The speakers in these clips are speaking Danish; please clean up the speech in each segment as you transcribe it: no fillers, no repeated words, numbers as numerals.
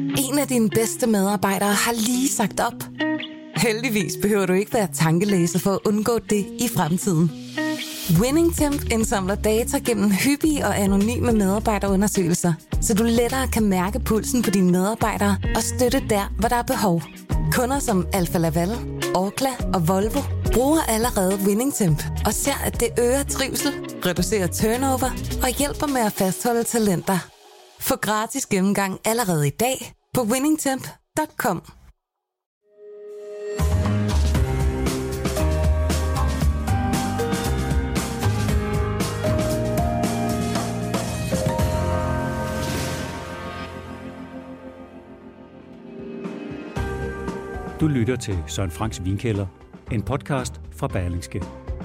En af dine bedste medarbejdere har lige sagt op. Heldigvis behøver du ikke være tankelæser for at undgå det i fremtiden. WinningTemp indsamler data gennem hyppige og anonyme medarbejderundersøgelser, så du lettere kan mærke pulsen på dine medarbejdere og støtte der, hvor der er behov. Kunder som Alfa Laval, Orkla og Volvo bruger allerede WinningTemp og ser, at det øger trivsel, reducerer turnover og hjælper med at fastholde talenter. Få gratis gennemgang allerede i dag på winningtemp.com. Du lytter til Søren Franks Vinkælder, en podcast fra Berlingske.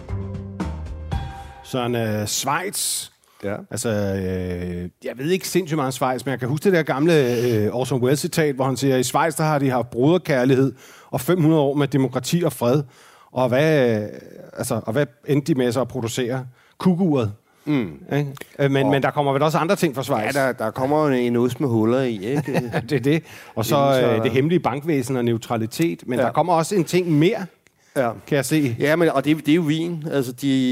Søren, Schweiz. Ja. Altså, jeg ved ikke sindssygt meget om Schweiz, men jeg kan huske det der gamle Orson Welles-citat, hvor han siger, at i Schweiz der har de haft broderkærlighed og 500 år med demokrati og fred. Og hvad endte de med så at producere? Kuguret. Men der kommer vel også andre ting fra Schweiz? Ja, der kommer en ost med huller i, ikke? Det er det. Og så det hemmelige bankvæsen og neutralitet. Men der kommer også en ting mere, kan jeg se. Ja, men, og det er jo vin. Altså,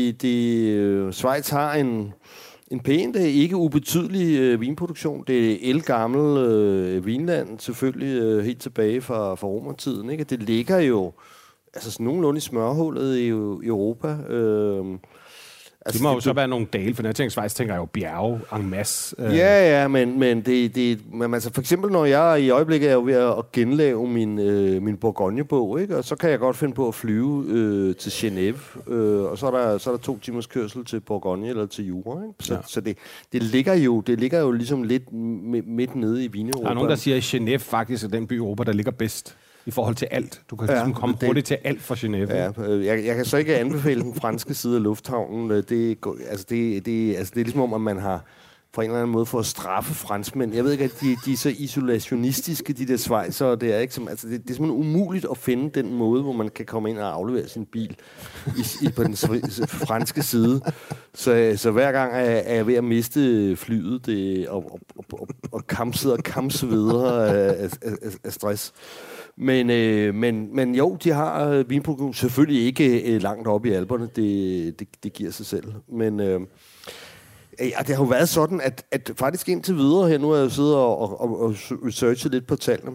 Schweiz har en pæn, ikke ubetydelig vinproduktion. Det er ældgammel vinland, selvfølgelig helt tilbage fra romertiden, ikke? Det ligger jo sådan nogenlunde i smørhullet i Europa. Det må jo så være nogle dale, for når jeg tænker Schweiz, tænker jeg jo bjerge en masse. Ja, men altså for eksempel, når jeg i øjeblikket er jo ved at genlave min Bourgogne-bog, ikke? Og så kan jeg godt finde på at flyve til Genève, og så er der 2 timers kørsel til Bourgogne eller til Jura, ikke? Så det ligger jo ligesom lidt midt nede i Vine-Europa. Der er nogen, der siger, at Genève faktisk er den by i Europa, der ligger bedst i forhold til alt. Du kan ligesom komme hurtigt til alt fra Genève. Ja, jeg kan så ikke anbefale den franske side af lufthavnen. Det er ligesom om, at man har på en eller anden måde for at straffe franskmænd. Jeg ved ikke, at de er så isolationistiske, de der schweizere. Det er ikke det er simpelthen umuligt at finde den måde, hvor man kan komme ind og aflevere sin bil på den franske side. Så hver gang er jeg ved at miste flyet og kamse videre af stress. Men jo, de har vinproduktion. Selvfølgelig ikke langt oppe i Alperne. Det giver sig selv. Men det har jo været sådan, at faktisk indtil videre her, nu har jeg jo siddet og researchet lidt på tallene,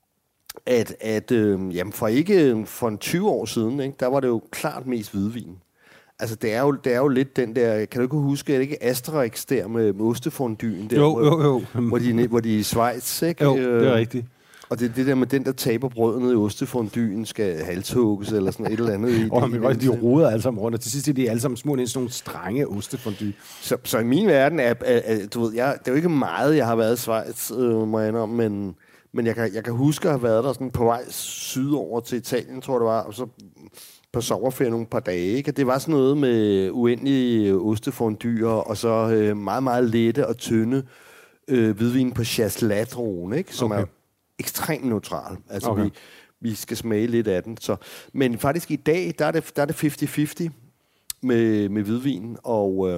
at for en 20 år siden, ikke, der var det jo klart mest hvidvin. Altså, det er jo lidt den der, kan du ikke huske, er det ikke Asterix der med ostefondyen der? Jo. Hvor de er i Schweiz, ikke? Jo, det er rigtigt. Og det der med den, der taber brødet ned i ostefondyen, skal halshugges eller sådan et eller andet. De roder alle sammen rundt, og til sidst er de alle sammen smurt ind i sådan nogle strenge ostefondy. Så i min verden du ved, det er jo ikke meget, jeg har været i Schweiz, må jeg om, men jeg kan huske at have været der sådan på vej sydover til Italien, tror jeg det var, og så på sommerferie nogle par dage, ikke? Det var sådan noget med uendelige ostefondyer, og så meget, meget lette og tynde hvidvin på Chasselas-drogen, ikke? Som er ekstremt neutral. Altså, vi skal smage lidt af den. Så. Men faktisk i dag, der er det 50-50 med hvidvin og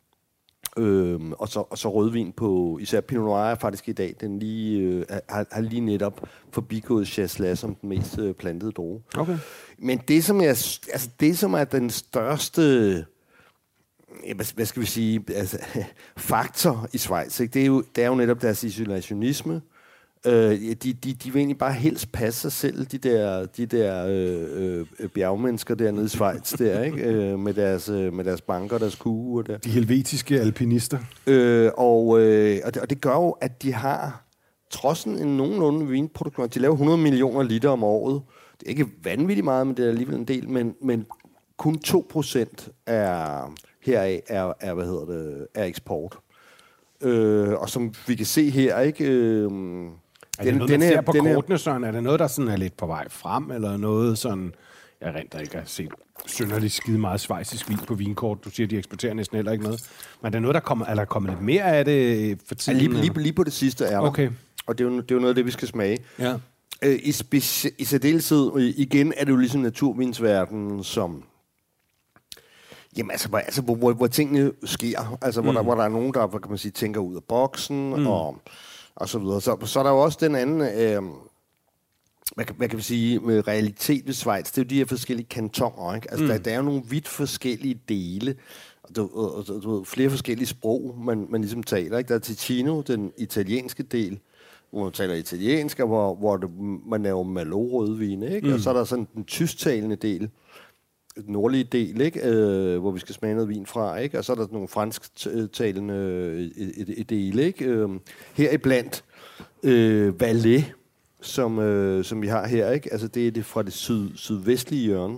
så rødvin på, især Pinot Noir er faktisk i dag, den har lige netop forbigået Chasselas som den mest plantede droge. Okay. Men det, som er den største, hvad skal vi sige, faktor i Schweiz, ikke? Det er jo netop deres isolationisme. De vil egentlig bare helst passe sig selv, de der bjergmennesker dernede i Schweiz der, ikke? Med deres banker, deres kuger der. De helvetiske alpinister. Og det gør jo, at de har trods en nogenlunde vinproduktion. De laver 100 millioner liter om året. Det er ikke vanvittigt meget, men det er alligevel en del. Men kun 2% heraf er eksport. Og som vi kan se her, ikke? Er det noget, man ser på kortene, Søren? Er det noget, der sådan er lidt på vej frem, eller noget sådan... Jeg rent ikke har set synderligt skide meget schweizisk vin på vinkort. Du siger, de eksporterer næsten heller ikke noget. Men er det noget, er der kommet lidt mere af det for tiden? Lige på det sidste er der. Okay. Og det er jo noget af det, vi skal smage. Ja. I særdeleshed, igen er det jo ligesom naturvinsverdenen, som... Jamen altså hvor tingene sker. Altså hvor der er nogen, der, kan man sige, tænker ud af boksen, og og så videre. Så er der jo også den anden, hvad kan vi sige, med realitet ved Schweiz, det er jo de her forskellige kantoner, ikke? Altså, der er jo nogle vidt forskellige dele, og du ved, flere forskellige sprog, man ligesom taler, ikke? Der er Ticino, den italienske del, hvor man taler italiensk, og hvor man laver Merlot-rødvin, ikke? Og så er der sådan den tysktalende del, den nordlige del, ikke? Hvor vi skal smage noget vin fra, ikke? Og så er der nogle fransktalende dele, ikke? Heriblandt Valais, som vi har her, ikke? Altså det er det fra det sydvestlige hjørne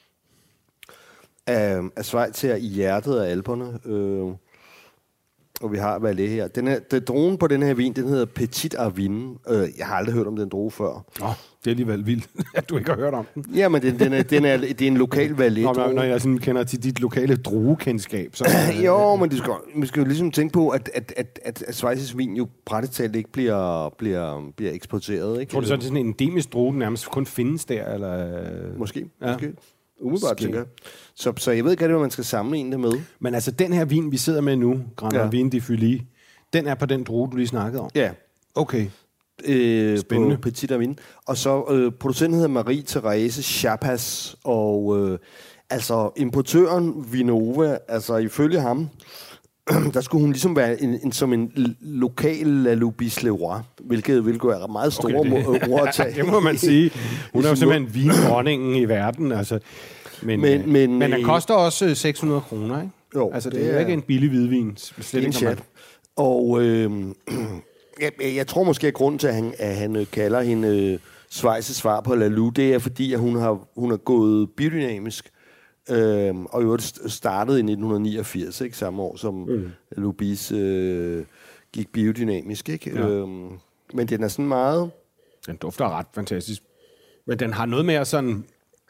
af Schweiz her i hjertet af Alperne. Og vi har Valais her. Den drogen på den her vin, den hedder Petit Arvin. Jeg har aldrig hørt om den droge før. Det er alligevel vildt, at du ikke har hørt om den. Ja, men det er en lokal Valais-droge. Når jeg sådan kender til dit lokale druekendskab, så... Jo, men vi skal jo ligesom tænke på, at Schweizisk vin jo praktisk talt ikke bliver eksporteret. Ikke? Tror du så, det er sådan en endemisk droge, nærmest kun findes der? Eller? Måske. Umiddelbart, tænker jeg. Så jeg ved ikke, hvad man skal sammenligne det med. Men altså, den her vin, vi sidder med nu, Grand Arvin de Fully, den er på den droge, du lige snakkede om? Ja. Okay. Spændende. På Petit Arvin. Og så producenten hedder Marie-Therese Chapas, og altså importøren Vinova, altså ifølge ham, der skulle hun ligesom være som en lokal Lalubis Leroy, hvilket er meget store ord at tage. Det må man sige. Hun er jo simpelthen vindronningen i verden, altså. Men den koster også 600 kroner, ikke? Jo. Altså, det er ikke en billig hvidvin. Slet ikke chat. Og jeg tror måske, at grunden til, at han kalder hende Schweiz' svar på Lalou, det er fordi, at hun har gået biodynamisk, og jo startede i 1989, ikke? Samme år som Lubis gik biodynamisk, ikke? Ja. Men den er sådan meget... Den dufter ret fantastisk. Men den har noget mere sådan...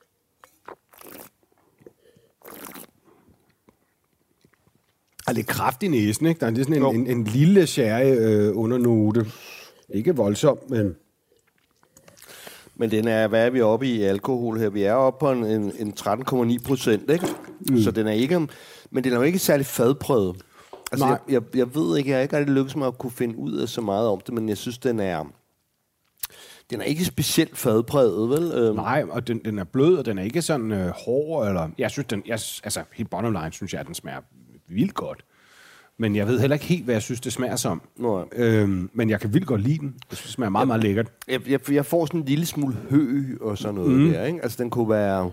Er lidt kraft i næsen, ikke? Der er sådan en lille sherry undernote. Ikke voldsom, men... Men den er, hvad er vi oppe i alkohol her? Vi er oppe på en 13,9%, ikke? Så den er ikke... Men den er jo ikke særlig fadprøvet. Altså, jeg ved ikke, jeg har ikke rigtig lykkes med at kunne finde ud af så meget om det, men jeg synes, den er ikke specielt fadpræget, vel? Nej, og den er blød, og den er ikke sådan hård, eller... Jeg synes, altså, helt bottom line, synes jeg, at den smager vildt godt. Men jeg ved heller ikke helt, hvad jeg synes, det smager som. Men jeg kan vildt godt lide den. Jeg synes, det smager meget, meget lækkert. Jeg får sådan en lille smule hø og sådan noget der, ikke? Altså, den kunne være...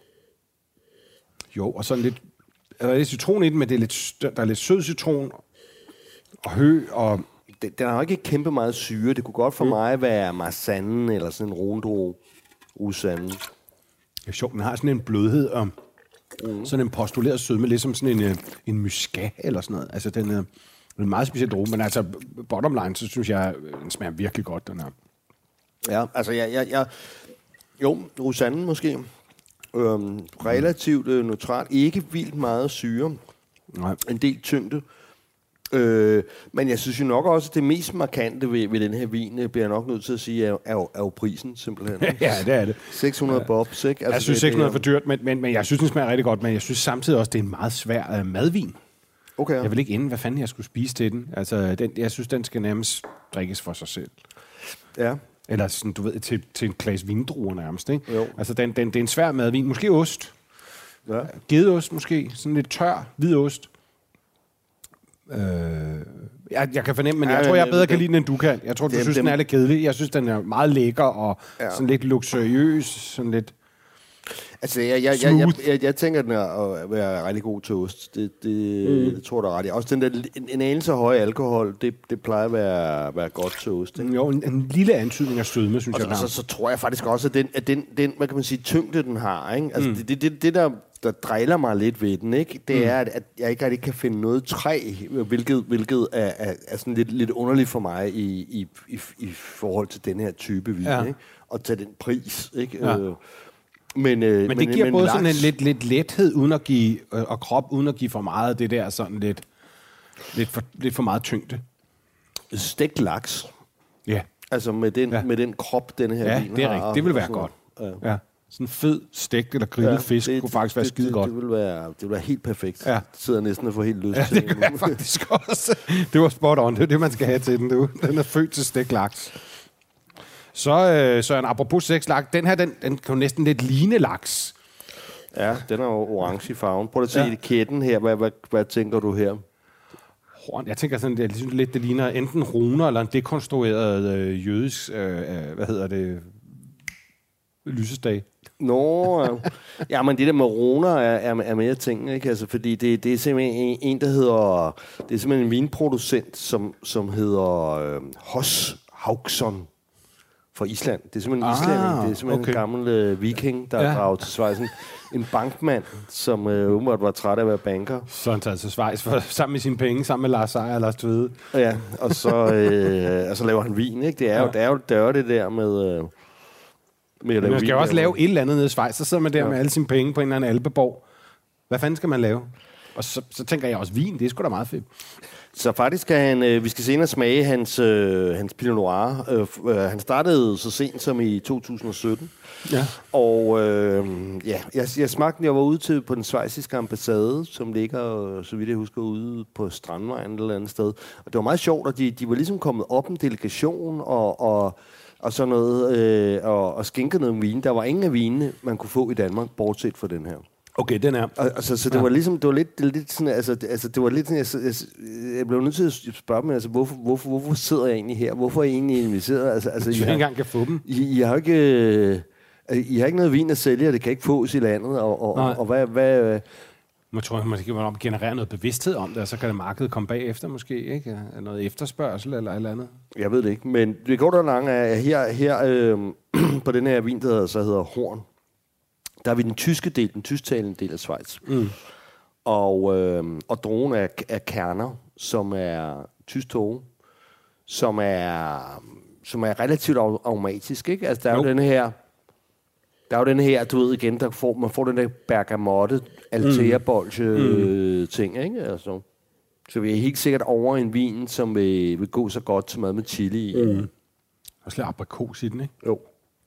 Jo, og sådan lidt... Der er lidt citron i den, men der er lidt sød citron og hø, og... Den har jo ikke kæmpe meget syre. Det kunne godt for mig være Marsanne eller sådan en Rondro Rosanne. Det er sjovt, den har sådan en blødhed og sådan en postuleret sødme, ligesom sådan en muscat eller sådan noget. Altså, den er en meget speciel droge, men altså, bottom line, så synes jeg, den smager virkelig godt, den her. Ja, altså, jo, Rosanne måske. Relativt neutralt. Ikke vildt meget syre. Nej. En del tyngde. Men jeg synes jo nok også, at det mest markante ved den her vin, bliver jeg nok nødt til at sige, er jo prisen, simpelthen. Ja, det er det. 600 bobs, ikke? Altså, jeg synes 600 er for dyrt, men jeg synes, den smager rigtig godt, men jeg synes samtidig også, det er en meget svær madvin. Okay. Jeg vil ikke inde, hvad fanden jeg skulle spise til den. Altså, jeg synes, den skal nærmest drikkes for sig selv. Ja. Eller sådan, du ved, til en glas vindruer nærmest, ikke? Jo. Altså, det er en svær madvin. Måske ost. Ja. Gedeost måske. Sådan lidt tør, hvid ost. Jeg kan fornemme, men jeg tror, jeg bedre kan lide den, end du kan. Jeg tror, du synes, den er lidt kedelig. Jeg synes, den er meget lækker og sådan lidt luksuriøs. Sådan lidt... Altså, jeg tænker, den er at være rigtig god til ost. Det tror jeg, der er ret i. Også den der en anelse høje alkohol, det plejer at være godt til ost. Ikke? Jo, en lille antydning af sødme, synes jeg. Og så tror jeg faktisk også, at den hvad kan man sige, tyngde, den har. Ikke? Altså, det der driller mig lidt ved den, ikke? Det er, at jeg ikke rigtig kan finde noget træ, hvilket er sådan lidt underligt for mig i forhold til den her type vin, ikke? Og til den pris, ikke? Ja. Men det giver både sådan en lidt lethed uden at give, og krop uden at give for meget af det der sådan lidt for meget tyngde. Stegt laks. Ja. Altså med den krop, den her vin har. Ja, det er rigtigt. Det vil være godt. Ja. Sådan en fed stegt eller grillet fisk kunne faktisk være skide godt. Det ville være helt perfekt. Ja. Det sidder næsten og får helt lyst Ja, til. det gør jeg faktisk også. Det var spot on. Det er det, man skal have til den. Den er født til stegt laks. Så en apropos stegt laks. Den her, den kan jo næsten lidt ligne laks. Ja, den er jo orange i farven. Prøv at se etiketten her. Hvad tænker du her? Horn. Jeg tænker sådan, det synes lidt, det ligner enten runer eller en dekonstrueret jødisk, lysestage. Nå, ja, men det der med runer er mere ting, ikke? Altså, fordi det er simpelthen en, der hedder... Det er simpelthen en vinproducent, som hedder Hos Hauksson fra Island. Det er simpelthen en islænding. Det er simpelthen en gammel viking, der er draget til Schweiz. En bankmand, som umiddelbart var træt af at være banker. Så han tager til Schweiz sammen med sine penge, sammen med Lars Seier og Lars Tvede. Ja, og så laver han vin, ikke? Det er jo det der med... Men man skal jo også lave et eller andet nede i Schweiz. Så sidder man der med alle sine penge på en eller anden alpeborg. Hvad fanden skal man lave? Og så tænker jeg også, vin, det er sgu da meget fedt. Så faktisk skal vi skal senere smage hans Pinot Noir. Han startede så sent som i 2017. Ja. Og jeg smagte den. Jeg var ude på den schweiziske ambassade, som ligger, så vidt jeg husker, ude på Strandvejen et eller andet sted. Og det var meget sjovt, og de var ligesom kommet op en delegation og sådan noget, og skænket noget vin. Der var ingen af vinene, man kunne få i Danmark, bortset fra den her. Okay, den er. Så det var ligesom, det var lidt sådan, altså det var lidt sådan, jeg blev nødt til at spørge mig, altså hvorfor sidder jeg egentlig her? Hvorfor er jeg egentlig inviteret? Altså I ikke engang kan få dem. I har ikke noget vin at sælge, og det kan ikke fås i landet, og hvad Jeg tror, man skal generere noget bevidsthed om det, og så kan det markedet komme bagefter måske, ikke? Noget efterspørgsel eller et eller andet. Jeg ved det ikke, men det går der langt af her på den her vin, der hedder Horn. Der er vi den tysktalende del af Schweiz. Mm. Og druen er Kerner, som er tysk tåge, som er relativt aromatisk, ikke? Altså, der er jo den her, du ved igen, man får den der bergamotte, Altea-bolche ting, ikke? Altså, så vi er helt sikkert over en vin, som vil gå så godt til mad med chili i. Mm. Og lidt aprikos i den, ikke? Jo.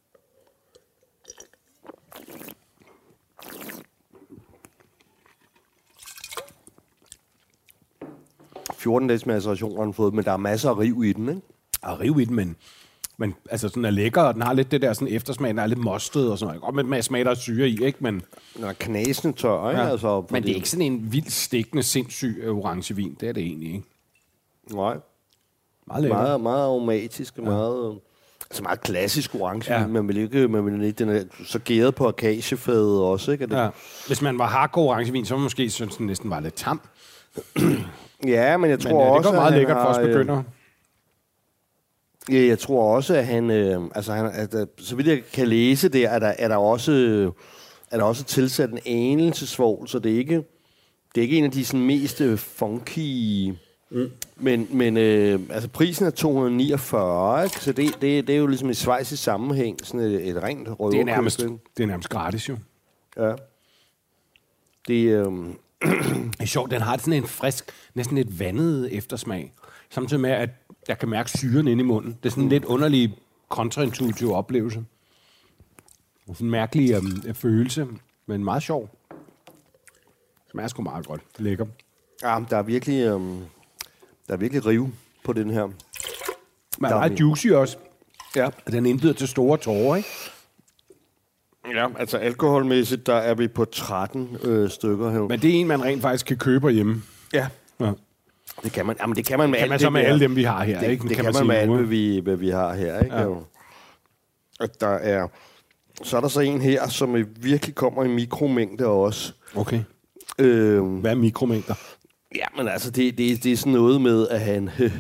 14 dages maceration har den fået, men der er masser af riv i den, ikke? Og riv i den, men altså sådan er lækker, og den har lidt det der sådan eftersmag, der er lidt mostet og sådan noget. Godt med smag, der er syre i, ikke? Men den er knasende tør, ikke? Ja. Altså, men det er ikke sådan en vildt stikkende, sindssyg orangevin. Det er det egentlig, ikke? Nej. Meget lækker. Meget aromatisk, meget klassisk orangevin. Ja. Man vil ikke, den er så gæret på akaciefædet også, ikke? Ja. Hvis man var hardcore orangevin, så måske synes den næsten var lidt tam. Ja, men jeg tror også, det går meget lækkert for os begyndere. Ja, jeg tror også, at så vidt jeg kan læse det, er der også tilsat en anelse svovl, så det er ikke en af de sådan mest funky. Men altså prisen er 249, ikke? Så det er jo ligesom i schweizisk sammenhæng sådan et rent røverkøb. Det er nærmest gratis jo. Ja. Det er sjovt, den har sådan en frisk, næsten lidt vandet eftersmag. Samtidig med, at jeg kan mærke syren inde i munden. Det er sådan en lidt underlig, kontraintuitiv oplevelse. Sådan en mærkelig følelse, men meget sjov. Smager sgu meget godt. Lækker. Ja, der er virkelig rive på den her. Men der er meget juicy også. Ja. Den indbyder til store tårer, ikke? Ja, altså alkoholmæssigt, der er vi på 13 stykker her. Men det er en, man rent faktisk kan købe hjemme. Ja. Det kan man. Jamen, det kan man med, alle dem, vi har her, ikke? Det kan man med alt, hvad vi har her, ikke? Ja. Og så er der så en her, som virkelig kommer i mikromængder også. Okay. Hvad er mikromængder? Ja, men altså, det er sådan noget med, at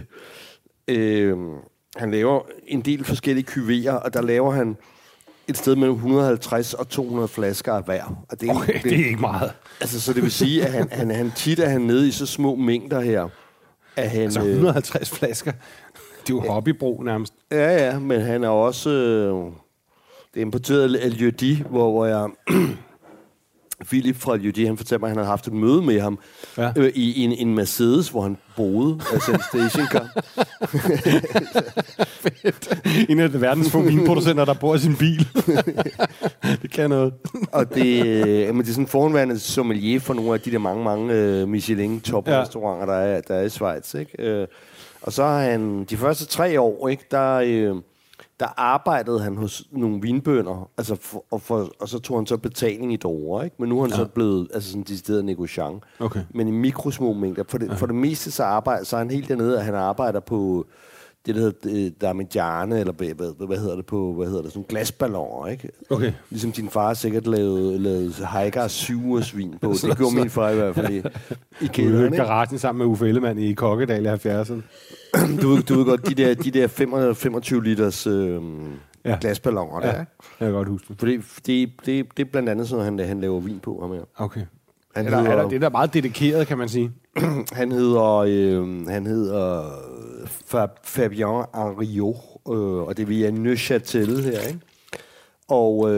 han laver en del forskellige kuverer, og der laver han et sted mellem 150 og 200 flasker af hver. Og det er ikke meget. Altså, så det vil sige, at han tit er nede i så små mængder her. Altså 150 flasker? Det er jo hobbybrug nærmest. Ja, men han er også... det er importeret af Lieu-Di, hvor jeg Philip fra UG, han fortalte mig, at han havde haft et møde med ham i en Mercedes, hvor han boede, altså en stationcar. En af verdens få vinproducenter, der bor i sin bil. Det kan noget. Og det er sådan en forhåndværende sommelier for nogle af de der mange Michelin-top-restauranter, der er i Schweiz, ikke? Og så har han de første 3 år, ikke, der arbejdede han hos nogle vinbønder, altså og så tog han så betaling i $, ikke? Men nu er han så blevet sådan en decideret negociant. Okay. Men i mikrosmå mængder. For det meste så er han helt dernede, at han arbejder på det, der hedder Darmigiane, eller hvad hedder det, sådan glasballoner, ikke? Okay. Ligesom din far sikkert lavede Heigar 7-års vin på. Det gjorde min far i hvert fald i kælderen, ikke? Garagen sammen med Uffe Ellemann i Kokkedal i 70'erne. Du ved godt, de der 25 liters glasballoner der, ikke? Jeg kan godt huske det. Det er blandt andet sådan, han laver vin på ham her. Okay. Det er meget dedikeret, kan man sige. Han hedder Fabien Henriot, og det er via Neuchâtel her, ikke? Og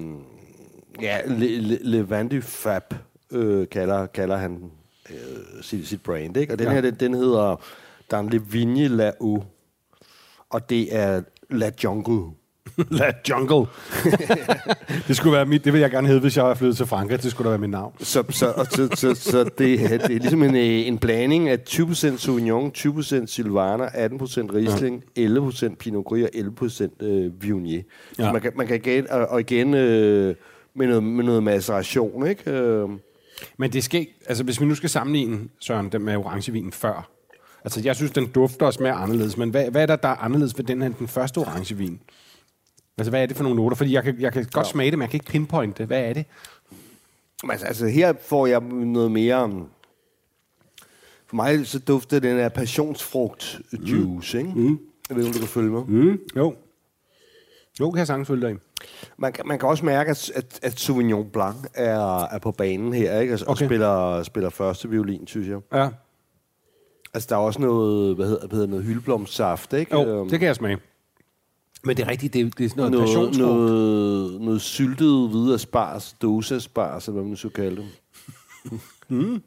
Le Vin du Fab kalder han sit brand, ikke? Og den her, den hedder Dans le Vigne La Eau, og det er La Jungle. La Jungle. Det skulle være mit. Det vil jeg gerne hedde, hvis jeg var flyttet til Frankrig. Det skulle da være mit navn. Så det er ligesom en blanding af 20% Sauvignon, 20% Sylvaner, 18% Riesling, 11% Pinot Gris og 11% Viognier. Ja. Så man kan igen med noget maceration, ikke? Men det skal, altså hvis vi nu skal sammenligne, Søren, den med orangevinen før. Altså jeg synes, den dufter og smager anderledes. Men hvad er der er anderledes ved den første orangevin? Altså, hvad er det for nogle noter? Fordi jeg kan godt smage det, men jeg kan ikke pinpointe det. Hvad er det? Altså, her får jeg noget mere... For mig så dufter den her passionsfrugt-juice, ikke? Jeg ved ikke, om du kan følge mig. Jo, kan jeg sagtens følge dig i. Man kan også mærke, at Sauvignon Blanc er på banen her, ikke? Og spiller første violin, synes jeg. Ja. Altså, der er også noget, hvad hedder noget hyldeblomstsaft, ikke? Jo, det kan jeg smage. Men det er rigtigt, det er sådan noget passionsfrugt. Noget syltet hvide asparges, dåseasparges, eller hvad man så kalder det.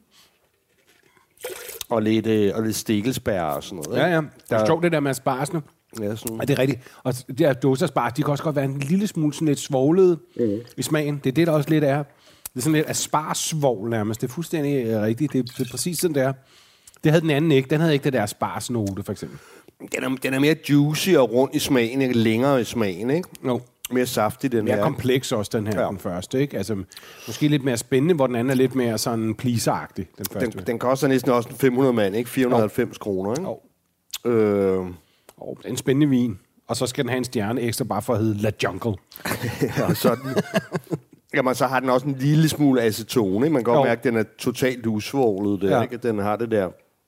Og lidt stikkelsbær og sådan noget. Ja. Der er sjovt det der med aspargesne. Ja, sådan. Og det er rigtigt. Og det der dåseasparges, de kan også godt være en lille smule sådan lidt svovlede i smagen. Det er det, der også lidt er. Det er sådan lidt aspargesvovl nærmest. Det er fuldstændig rigtigt. Det er præcis sådan, der. Det havde den anden ikke. Den havde ikke det der aspargesnote, for eksempel. Den er mere juicy og rund i smagen, ikke? Længere i smagen, ikke? Jo. Mere saftig, den her. Mere kompleks også, den her, den første, ikke? Altså, måske lidt mere spændende, hvor den anden er lidt mere sådan pleaser-agtig, den første. Den koster næsten også 500 mand, ikke? 490 kroner, ikke? Jo. En spændende vin. Og så skal den have en stjerne ekstra, bare for at hedde La Jungle. Ja, sådan. Jamen, så har den også en lille smule acetone, ikke? Man kan godt mærke, at den er totalt usvoglet, der, ikke? Den har det der...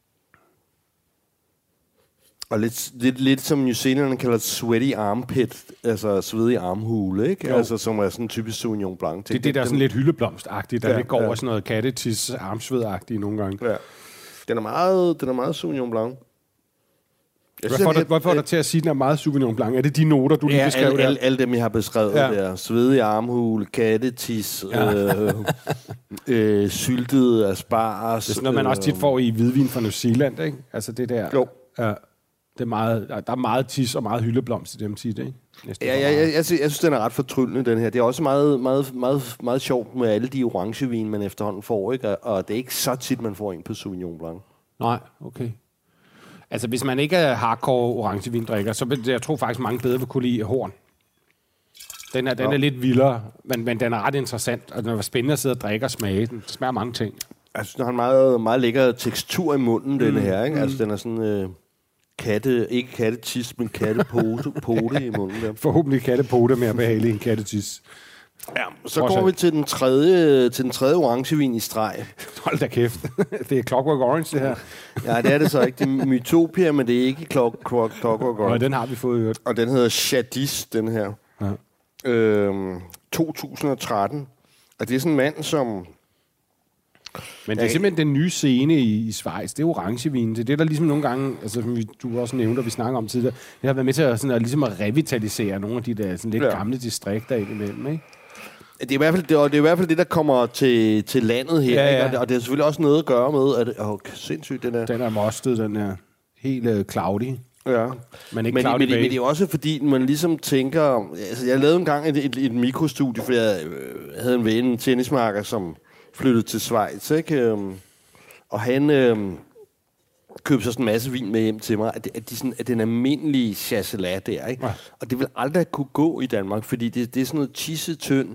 Og lidt som New Zealand kalder sweaty armpit, altså svedig armhule, ikke? Jo. Altså, som er sådan en typisk Sauvignon Blanc. Det der er sådan lidt hyldeblomstagtigt, der lidt går over sådan noget kattetis armsvedagtigt nogle gange. Ja. Den er meget Sauvignon Blanc. Hvad får dig til at sige, at den er meget Sauvignon Blanc? Er det de noter, du lige beskrev der? Alle dem, jeg har beskrevet der. Svedig armhule, kattetis, syltede asparges. Det er sådan noget, man også tit får i hvidvin fra New Zealand, ikke? Altså det der... Jo. Det er meget, der er meget tis og meget hyldeblomst i dem tit, ikke? Jeg synes, den er ret fortryllende, den her. Det er også meget sjovt med alle de orangevin, man efterhånden får, ikke? Og det er ikke så tit, man får en på Sauvignon Blanc. Nej, okay. Altså, hvis man ikke er hardcore orangevindrikker, så vil jeg tror faktisk, mange bedre vil kunne lide horn. Den er lidt vildere, men den er ret interessant, og den er spændende at sidde og drikke og smage. Den smager mange ting. Jeg synes, den har en meget, meget lækker tekstur i munden, den her, ikke? Altså, den er sådan... ikke kattetis, men kattepote i munden der. Forhåbentlig kattepote mere behagelig end kattetis. Ja, så går vi til den tredje orangevin i streg. Hold da kæft. Det er Clockwork Orange, det her. Ja, det er det så ikke. Det er Mytopia, men det er ikke Clockwork Orange. Og den har vi fået hørt. Og den hedder Chadis, den her. Ja. 2013. Og det er sådan en mand, som... Men det er simpelthen den nye scene i Schweiz. Det er orangevin. Det er det, der ligesom nogle gange, altså som du også nævnte, og vi snakker om tidligere, det har været med til at, sådan, ligesom at revitalisere nogle af de der sådan lidt gamle distrikter indimellem, ikke? Det er i hvert fald det, der kommer til landet her, Ja. ikke? Og det har selvfølgelig også noget at gøre med, at sindssygt, den er... Den er mostet, den er helt cloudy. Ja. Men ikke Men cloudy det er jo også fordi, man ligesom tænker... Altså, jeg lavede engang et mikrostudie, fordi jeg havde en ven, en tennismarker, som flyttede til Schweiz, ikke? Og han købte så sådan en masse vin med hjem til mig, at den almindelige chasselas der, ikke? Ja. Og det vil aldrig kunne gå i Danmark, fordi det er sådan noget tissetynd,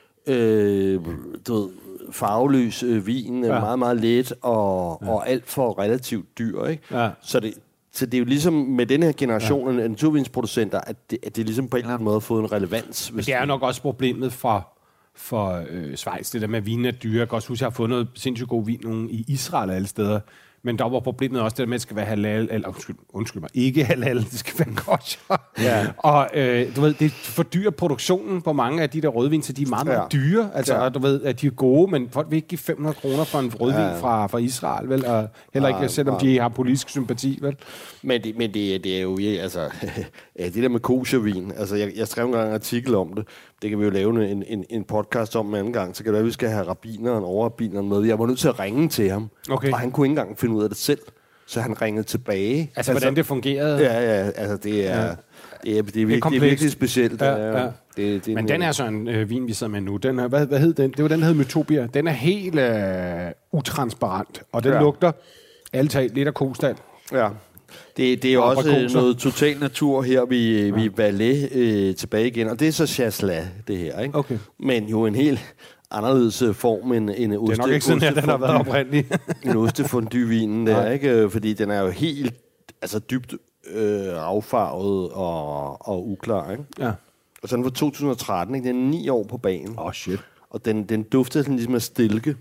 farveløs vin, meget, meget let og alt for relativt dyr, ikke? Ja. Så det er jo ligesom med den her generation af naturvinsproducenter, at det ligesom på en eller anden måde har fået en relevans. Men det er nok også problemet for Schweiz, det der med, at vinen er dyre. Jeg kan også huske, at jeg har fundet noget sindssygt god vin i Israel og alle steder. Men der var problemet også det der med, at det skal være halal, eller undskyld mig, ikke halal, det skal være kosher. Ja. Og du ved, det fordyrer produktionen på mange af de der rødvin, så de er meget, meget dyre. Altså, du ved, at de er gode, men folk vil ikke give 500 kroner for en rødvin fra Israel, vel? Og heller ikke, selvom de har politisk sympati, vel? Men det er jo, altså, det der med koshervin, altså, jeg skrev en artikel om det. Det kan vi jo lave en podcast om en anden gang, så kan det være, at vi skal have rabbineren og overrabbineren med. Jeg var nødt til at ringe til ham, og han kunne ikke engang finde ud af det selv, så han ringede tilbage. Altså hvordan det fungerede? Ja, altså det er virkelig specielt. Ja. Men den er så en vin, vi sidder med nu. Den er, hvad hed den? Det var den, der hed Mytopia. Den er helt utransparent, og den lugter alt talt lidt af kostald. Ja. Det er jo også noget total natur her, vi Valais tilbage igen, og det er så chasselas, det her, ikke? Okay. Men jo en helt anderledes form end en oste. Det er nok ikke sådan, at den har været oprindelig. En ostefondue-vinen der, ikke? Fordi den er jo helt, altså dybt affarvet og uklar, ikke? Ja. Og så den var 2013, ikke? Den er 9 år på banen. Shit. Og den dufter sådan ligesom af stilke.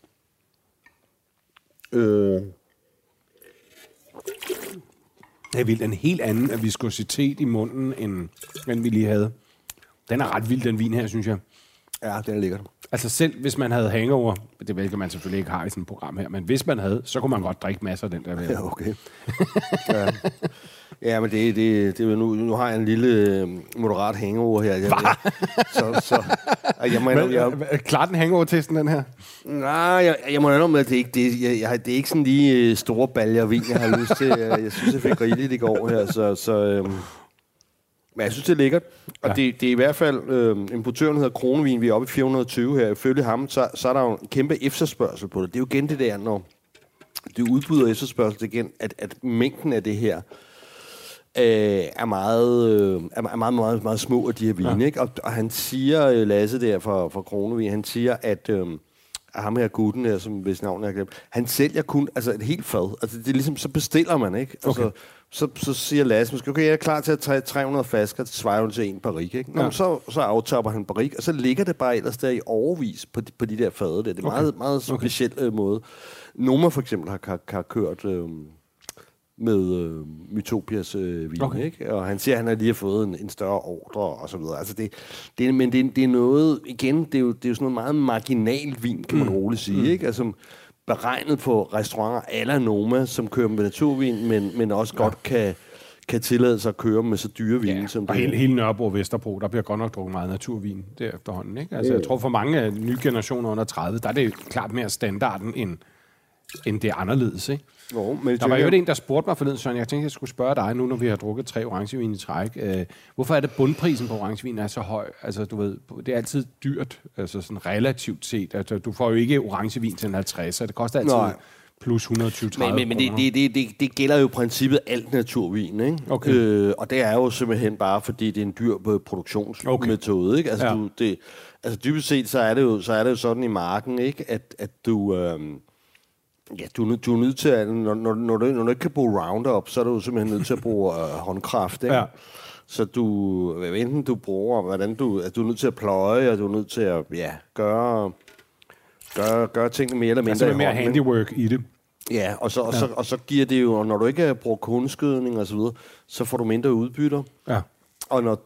Det er vildt. En helt anden viskositet i munden, end vi lige havde. Den er ret vild, den vin her, synes jeg. Ja, den er lækkert. Altså selv hvis man havde hangover, det hvilket man selvfølgelig ikke har i sådan et program her, men hvis man havde, så kunne man godt drikke masser af den der. Ja, okay. Ja, men det er jo nu har jeg en lille moderat hangover her. Klarer den hangover-testen, den her? Nej, jeg må indrømme, at det er ikke sådan lige store baljer vin, jeg har lyst til. Jeg synes, jeg fik rigeligt i går her, men jeg synes, det er lækkert. Og det er i hvert fald, importøren hedder Kronevin, vi er oppe i 420 her. Ifølge ham, så er der jo en kæmpe efterspørgsel på det. Det er jo igen det der, når det udbyder efterspørgsel igen, at mængden af det her er meget, meget små af de her vine. Ikke? Og han siger, Lasse der fra Kronevin, han siger, at ham her gutten der, som hvis navn jeg har glemt, han sælger kun et helt fad. Altså det er ligesom, så bestiller man, ikke? Okay. Altså, så siger Lasse, måske, okay, jeg er klar til at tage 300 flasker, så svarer hun til en barrik, ikke? Nå, så aftapper han barrik, og så ligger det bare ellers der i overvis på de der fade der. Det er meget, meget speciel måde. Noma for eksempel har kørt med Mytopias vin, ikke? Og han siger, at han har lige fået en større ordre og så videre. Altså det er noget, igen, det er jo sådan noget meget marginalt vin, kan man roligt sige, ikke? Altså beregnet på restauranter a la Noma, som kører med naturvin, men også godt kan tillade sig at køre med så dyre vin som det. Og hele Nørrebro og Vesterbro, der bliver godt nok drukket meget naturvin der efterhånden, ikke? Altså jeg tror for mange nye generationer under 30, der er det klart mere standarden end det er anderledes, ikke? Jo, men der var jo en, der spurgte mig forleden, Søren, jeg tænkte, jeg skulle spørge dig nu, når vi har drukket 3 orangevin i træk. Hvorfor er det bundprisen på orangevin er så høj? Altså, du ved, det er altid dyrt, altså sådan relativt set. Altså, du får jo ikke orangevin til en 50, så det koster altid plus 120-30 men det gælder jo i princippet alt naturvin, ikke? Okay. Og det er jo simpelthen bare, fordi det er en dyr produktionsmetode, ikke? Altså, dybest set, så er det jo sådan i marken, ikke? At du... du er nødt til at, når du ikke kan bruge Roundup, så er du simpelthen nødt til at bruge håndkraft, ikke? Ja. Så enten du bruger, du er nødt til at pløje, og du er nødt til at gøre tingene mere eller mindre. Altså mere handiwork i det. Ja, og så giver det jo, når du ikke bruger kundeskydning og så videre, så får du mindre udbytter. Ja. Og når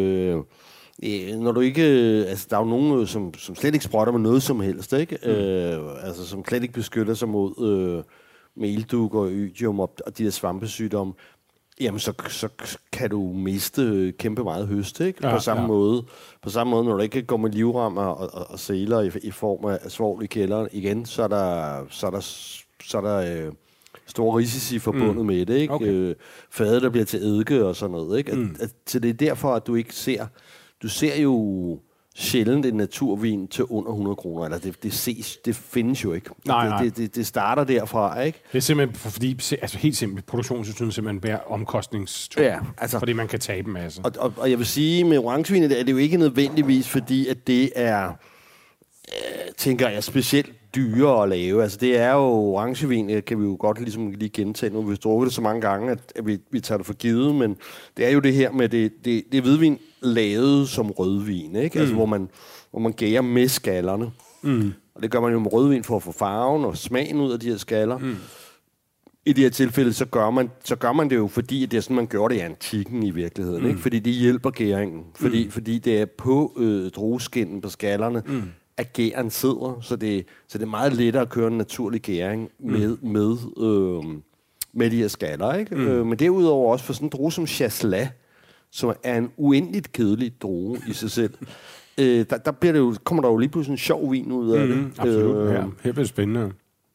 du ikke... Altså, der er jo nogen, som slet ikke sprøjter med noget som helst, ikke? Altså, som slet ikke beskytter sig mod meldug og ydium og de der svampesygdomme. Jamen, så kan du miste kæmpe meget høst, ikke? På samme måde, når du ikke går med livrammer og seler i form af svovl i kælderen igen, så er der store risici forbundet med det, ikke? Okay. Fade, der bliver til eddike og sådan noget, ikke? Så det er derfor, at du ikke ser... Du ser jo sjældent en naturvin til under 100 kroner, eller det findes jo ikke. Nej. Det starter derfra, ikke? Det er simpelthen fordi, altså helt simpelt, produktionssystemet simpelthen bærer omkostningstung, fordi man kan tabe en masse. Og jeg vil sige, med orangevin er det jo ikke nødvendigvis, fordi at det er, tænker jeg, specielt dyre at lave. Altså det er jo orangevin, kan vi jo godt ligesom lige gentage nu. Vi har drukket det så mange gange, at vi tager det for givet, men det er jo det her med det er hvidvin lavet som rødvin, ikke? Altså hvor man gærer med skallerne. Og det gør man jo med rødvin for at få farven og smagen ud af de her skaller. I de her tilfælde, så gør man det jo, fordi det er sådan, man gjorde det i antikken i virkeligheden, ikke? Fordi det hjælper gæringen. Fordi det er på drueskinnen på skallerne, at gæren sidder, så det er meget lettere at køre en naturlig gæring med de her skaller, ikke? Men derudover også for sådan en drue som Chasselas, som er en uendeligt kedelig drue i sig selv. Kommer der jo lige pludselig en sjov vin ud af det. Absolut, her bliver det spændende.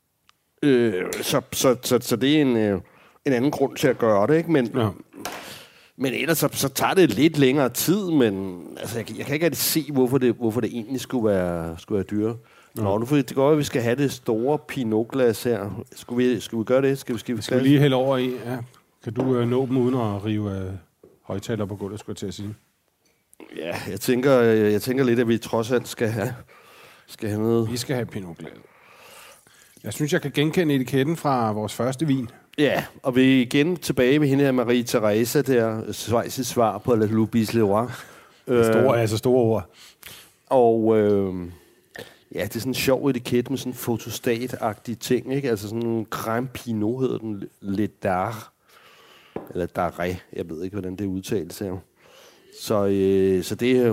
Så det er en anden grund til at gøre det, ikke? Men ellers så tager det lidt længere tid, men altså, jeg kan ikke rigtig se, hvorfor det egentlig skulle være dyre. Nå, nu får det godt, at vi skal have det store Pinot-glas her. Skal vi gøre det? Skal vi lige hælde over i? Ja. Kan du nå dem uden at rive højtaler på gulvet, skulle jeg til at sige? Ja, jeg tænker lidt, at vi trods alt skal have noget. Vi skal have Pinot-glas. Jeg synes, jeg kan genkende etiketten fra vores første vin. Ja, og vi er igen tilbage med hende her Marie Theresa, der Schweiz' svar på La Lubis Leroy. Store ord. Og ja, det er sådan en sjov etiket med sådan en fotostat-agtige ting, ikke? Altså sådan en crème pinot hedder den, Le Dar, eller Daré, jeg ved ikke, hvordan det udtales her. Så det her,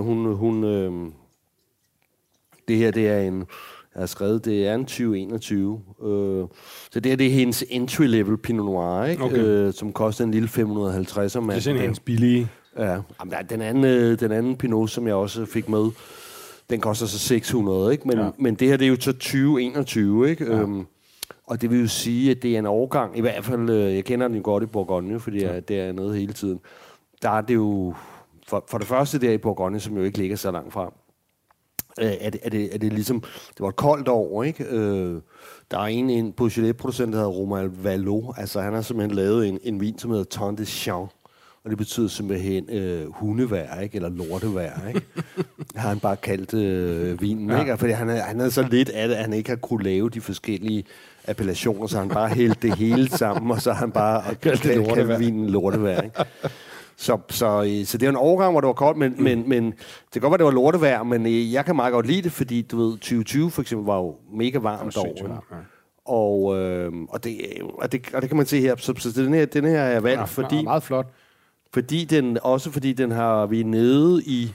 det her, det er en... Jeg har skrevet, det er en 2021. Så det er hendes entry-level Pinot Noir, ikke? Okay. Som koster en lille 550. Det er sådan hendes billige. Ja. Den anden Pinot, som jeg også fik med, den koster så 600, ikke? Men det her, det er jo så 2021, ikke? Ja. Og det vil jo sige, at det er en årgang, i hvert fald, jeg kender den jo godt i Bourgogne, fordi det er noget hele tiden. Der er det jo, for det første der i Bourgogne, som jo ikke ligger så langt fra, er det ligesom, det var et koldt år, ikke? Der er en Beaujolais-producent, der hedder Romain Vallot. Altså, han har simpelthen lavet en vin, som hedder Ton de Champ. Og det betyder simpelthen hundevejr, ikke? Eller lortevejr, ikke? Har han bare kaldt vinen, ikke? Fordi han havde så lidt af det, at han ikke har kunne lave de forskellige appellationer, så han bare hældte det hele sammen, og så har han bare kaldt vinen lortevejr, ikke? Så det er en overgang, hvor det var koldt, men det kan godt være, det var lortevejr, men jeg kan meget godt lide det, fordi du ved, 2020 for eksempel var jo mega varmt år. Og det kan man se her. Så den her er valgt, fordi... meget flot. Fordi den har vi nede i...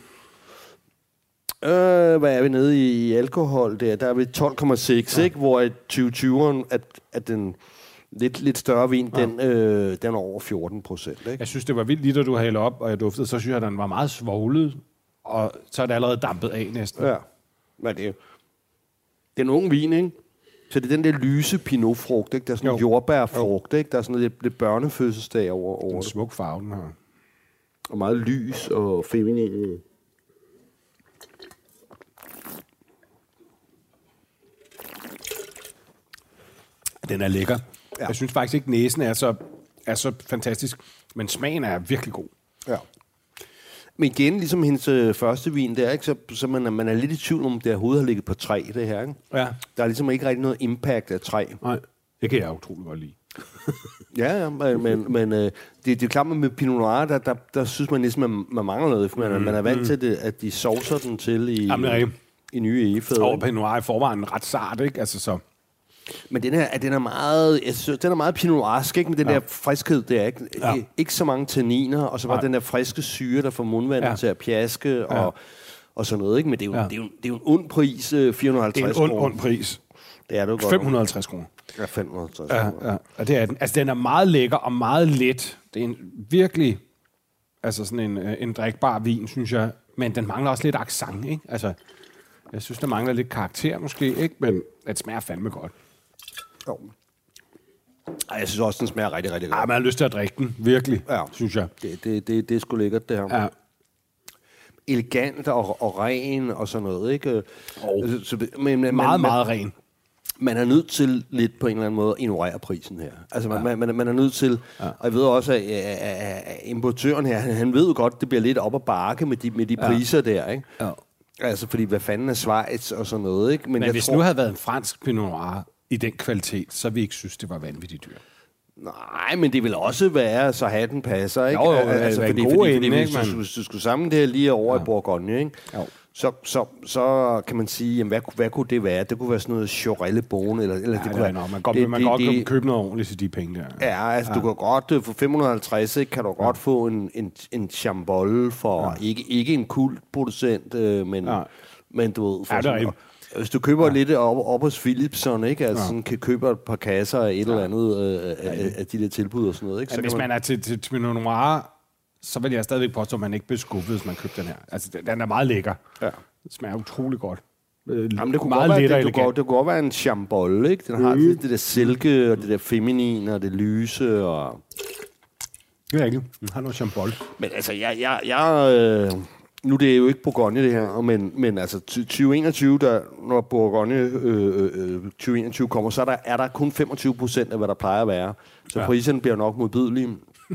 hvad er vi nede i alkohol der? Der er vi 12,6, ikke? Hvor i 2020'eren, at den... Lidt større vin, den er over 14%. Ikke? Jeg synes, det var vildt lige, da du hælder op, og jeg duftede, så synes jeg, at den var meget svoglet, og så er det allerede dampet af næsten. Ja, men det er en ung vin, ikke? Så det er den der lyse pinotfrugt, ikke? Der er sådan en jordbærfrugt, ikke? Der er sådan lidt børnefødselsdag over en smuk farve, den her. Og meget lys og feminin. Den er lækker. Ja. Jeg synes faktisk ikke, næsen er så fantastisk, men smagen er virkelig god. Ja. Men igen, ligesom hendes første vin, der, ikke? Så man er lidt i tvivl om, det overhovedet har ligget på træ, det her. Ikke? Ja. Der er ligesom ikke rigtig noget impact af træ. Nej, det kan jeg utrolig godt lide. Ja, men det er klart, med Pinot Noir, der synes man ligesom, man mangler noget, for man er vant til det, at de sovser den til i nye egefæder. Og Pinot Noir i forvejen ret sart, ikke? Altså så... Men den er meget, jeg synes, den er meget Pinot Noirsk, ikke? Med den der friskhed, der ikke? Ja. Ikke så mange tanniner, og så var den der friske syre, der får mundvandet til at pjaske og sådan noget, ikke? Men det er jo en ond pris, 450 kroner. Det er en ond pris. Det er du godt. 550 kroner. Ja, 550 kroner. Ja, og det er den. Altså, den er meget lækker og meget let. Det er en virkelig, altså sådan en drikbar vin, synes jeg. Men den mangler også lidt accent, ikke? Altså, jeg synes, der mangler lidt karakter måske, ikke? Men det smager fandme godt. Jo. Ej, jeg synes også, den smager rigtig, rigtig godt. Ja, man har lyst til at drikke den, virkelig, synes jeg. Det er sgu lækkert, det her. Ja. Elegant og ren og sådan noget, ikke? Men meget ren. Man er nødt til lidt på en eller anden måde at ignorere prisen her. Altså, man er nødt til... Ja. Og jeg ved også, at importøren her, han ved jo godt, det bliver lidt op ad bakke med de priser der, ikke? Ja. Altså, fordi hvad fanden er Schweiz og sådan noget, ikke? Men hvis nu havde været en fransk Pinot Noir i den kvalitet, så ville vi ikke synes, det var vanvittigt dyrt. Nej, men det vil også være, så hatten passer, ikke? Jo, altså, fordi hvis du skulle sammen det her lige over i Bourgogne, ikke? Jo. Så kan man sige, jamen, hvad kunne det være? Det kunne være sådan noget Chorelle-bone, eller det kunne være... Man kan godt købe noget ordentligt til de penge der. Ja, altså du kan godt, for 550, ikke, kan du godt få en Chambolle for, ikke en kultproducent, men du ved... For hvis du køber lidt op hos Philipson, ikke? Altså sådan, kan købe et par kasser af et eller andet af de der tilbud og sådan noget, ikke? Så hvis man er til Pinot Noir, så vil jeg stadigvæk påstå, at man ikke bliver skuffet, hvis man køber den her. Altså, den er meget lækker. Ja. Det smager utrolig godt. Jamen, det kunne godt være en Chambolle, ikke? Den har det der silke, og det der feminine, og det lyse, og... Det er ikke. Den har noget Chambolle. Men altså, nu det er jo ikke Bourgogne, det her, men altså 2021, når Bourgogne 2021 kommer, så er der kun 25% af, hvad der plejer at være. Så priserne bliver nok modbydelige.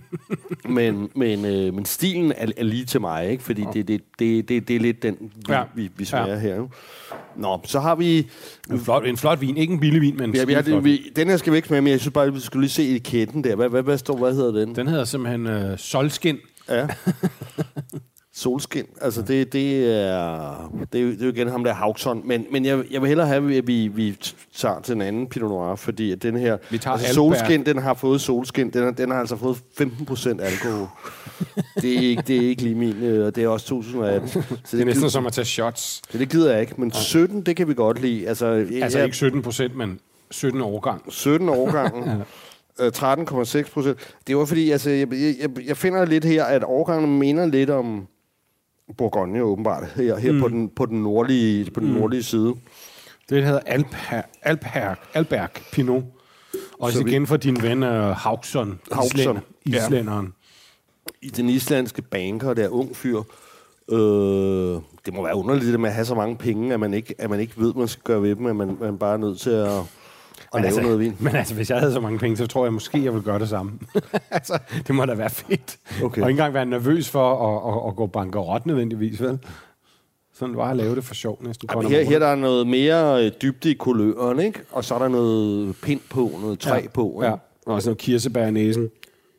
men stilen er lige til mig, ikke? Fordi det er lidt den, vi smager her. Jo. Nå, så har vi... En flot vin. Ikke en billig vin, men den her skal vi ikke smage, men jeg synes bare, vi skulle lige se etiketten der. Hvad hedder den? Den hedder simpelthen Solskin. Ja. Solskin. Altså, det er jo igen ham der Hauxon. Men jeg vil hellere have, at vi tager til en anden Pinot Noir, fordi at den her... Altså, Solskin, den har fået solskin. Den har altså fået 15% alkohol. det er ikke lige min, og det er også 2018. Så det er næsten som at tage shots. Det gider jeg ikke, men 17, det kan vi godt lide. Altså ikke 17%, men 17 årgang. 17 årgangen. 13,6%. Det var fordi, altså, jeg finder lidt her, at årgangen minder lidt om Bourgogne, åbenbart, her på den nordlige side. Det hedder Alberg Pinot. Også igen for din ven Hauxon, islænderen. I den islandske banker, der ung fyr. Det må være underligt, det med at have så mange penge, at man ikke ved, hvad man skal gøre ved dem, at man bare er nødt til at lave noget vin. Men altså, hvis jeg havde så mange penge, så tror jeg måske, jeg ville gøre det samme. Altså, det må da være fedt. Okay. Og ikke engang være nervøs for at gå bankerot nødvendigvis, vel? Sådan bare at lave det for sjov næsten. Her der er noget mere dybde i kuløren, ikke? Og så er der noget pind på, noget træ på. Ikke? Ja, og sådan noget kirsebær i næsen.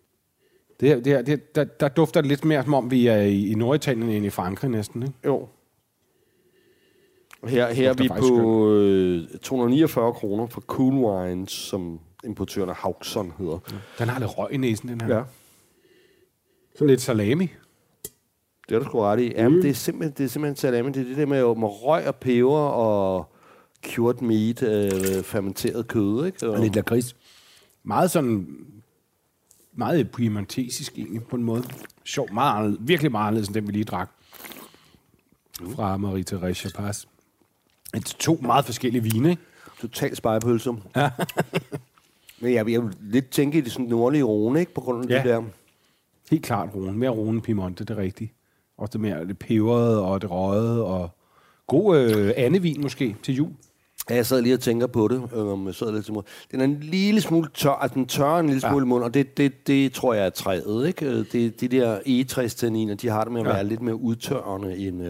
Der dufter det lidt mere, som om vi er i Norditalien end i Frankrig næsten, ikke? Jo. Her er vi på 249 kroner for Cool Wines, som importøren af Hauxon hedder. Den har lidt røg i næsen, den her. Ja. Sådan lidt salami. Det er du sgu ret i. Jamen, det er simpelthen salami. Det er det der med røg og peber og cured meat, fermenteret kød, ikke? Og lidt lakrids. Meget piemontesisk egentlig, på en måde. Sjov, virkelig meget anderledes end den, vi lige drak. Fra Marie-Thérèse Chapaz. To meget forskellige vine, ikke? Totalt spejepølse. Ja. Men jeg vil lidt tænke i det sådan nordlige Rhone, ikke? På grund af det der. Helt klart Rhone. Mere Rhone Piemonte, det er rigtigt. Også det mere det peberede og det røde og god andevin måske til jul. Ja, jeg sad lige og tænker på det. Den er en lille smule tør, altså den tørrer en lille smule i munden, og det tror jeg er træet, ikke? De der egetræstanniner, de har det med at være lidt mere udtørrende end...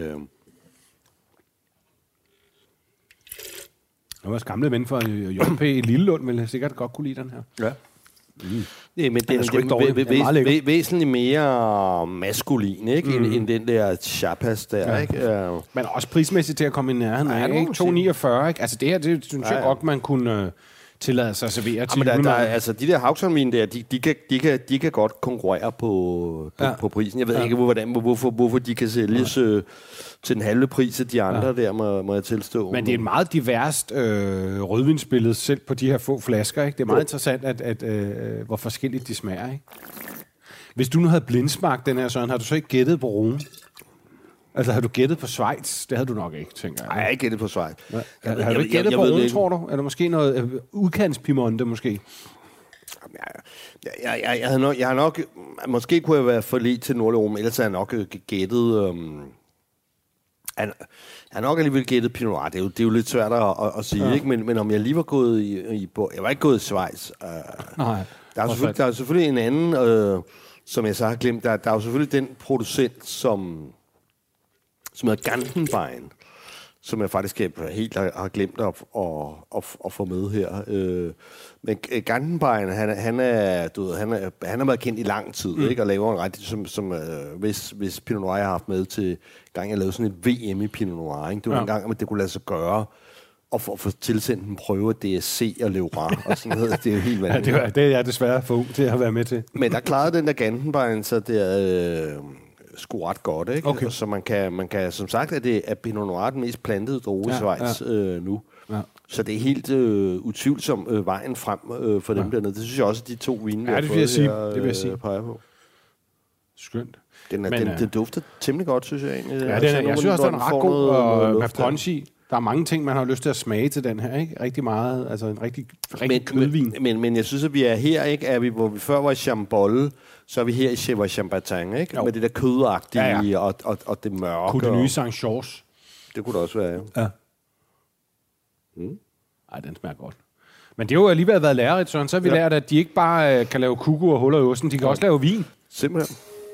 Jeg var også gamle ven for J.P. Lillelund, ville sikkert godt kunne lide den her. Ja. Ja, men den er væsentligt mere maskulin, ikke? End den der Chapaz der, ikke? Men også prismæssigt til at komme i nærheden af, ikke? 2,49, ikke? Altså det her, det synes jeg godt, man kunne tillader sig at servere til altså, de der Haugsholm-vin der, de kan godt konkurrere på prisen. Jeg ved ikke, hvorfor de kan sælges til den halve pris af de andre der, må jeg tilstå. Men det er et meget diverst rødvinsbillede, selv på de her få flasker. Ikke? Det er meget interessant, at hvor forskelligt de smager. Ikke? Hvis du nu havde blindsmagt den her, Søren, har du så ikke gættet på Rhone? Altså, har du gættet på Schweiz? Det havde du nok ikke, tænker jeg. Nej, jeg har ikke gættet på Schweiz. Har du ikke gættet på Rhone, tror du? Er der måske noget udkantspimonte, måske? Jeg har nok... Måske kunne jeg være for lidt til nordlig Rhone, ellers har jeg nok gættet... Jeg har nok alligevel gættet Pinot Noir. Det er jo lidt svært at sige, ikke? Men om jeg lige var gået i jeg var ikke gået i Schweiz. Nej. Der er selvfølgelig en anden, som jeg så har glemt. Der er jo selvfølgelig den producent, som hedder Gantenbein, som jeg faktisk helt har glemt at få med her. Men Gantenbein, han har været kendt i lang tid, ikke? Og laver en ret, som hvis Pinot Noir har haft med til gang, jeg lavede sådan et VM i Pinot Noir. Ikke? Det var en gang, at det kunne lade sig gøre, og få tilsendt en prøve af DSC og Leeuwin og sådan noget. Det er jo helt vanvittigt. Ja, det er desværre for ung til at være med til. Men der klarede den der Gantenbein, så det er sgu ret godt, ikke? Okay. Så man kan, som sagt, at det er Pinot Noir den mest plantede droge i Schweiz nu. Ja. Så det er helt utvivlsomt vejen frem for dem dernede. Det synes jeg også, at de to vine, vi har fået her, det vil jeg sige. Peger på. Skønt. Den dufter temmelig godt, synes jeg egentlig. Ja, jeg synes også, den er ret god og med punchy. Der er mange ting, man har lyst til at smage til den her, ikke? Rigtig meget, altså en rigtig kødvin. Men jeg synes, at vi er her, ikke? Hvor vi før var i Chambolle, så er vi her i Chèvre Champagne, ikke? Jo. Med det der kødagtige og det mørke. Kunne det nye Saint-Georges? Det kunne det også være, ja. Ej, den smager godt. Men det har jo alligevel været lærerigt, Søren. Så har vi lært, at de ikke bare kan lave kuku og huller i osten, de kan også lave vin. Simpelthen.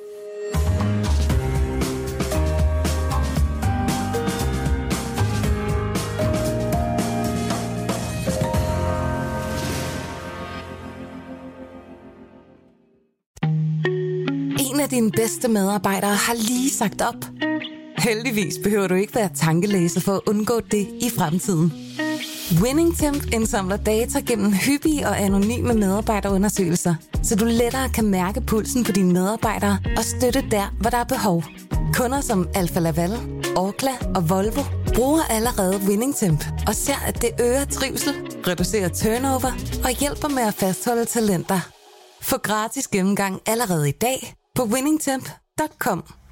En af dine bedste medarbejdere har lige sagt op. Heldigvis behøver du ikke være tankelæser for at undgå det i fremtiden. WinningTemp indsamler data gennem hyppige og anonyme medarbejderundersøgelser, så du lettere kan mærke pulsen på dine medarbejdere og støtte der, hvor der er behov. Kunder som Alfa Laval, Orkla og Volvo bruger allerede WinningTemp og ser, at det øger trivsel, reducerer turnover og hjælper med at fastholde talenter. Få gratis gennemgang allerede i dag på winningtemp.com.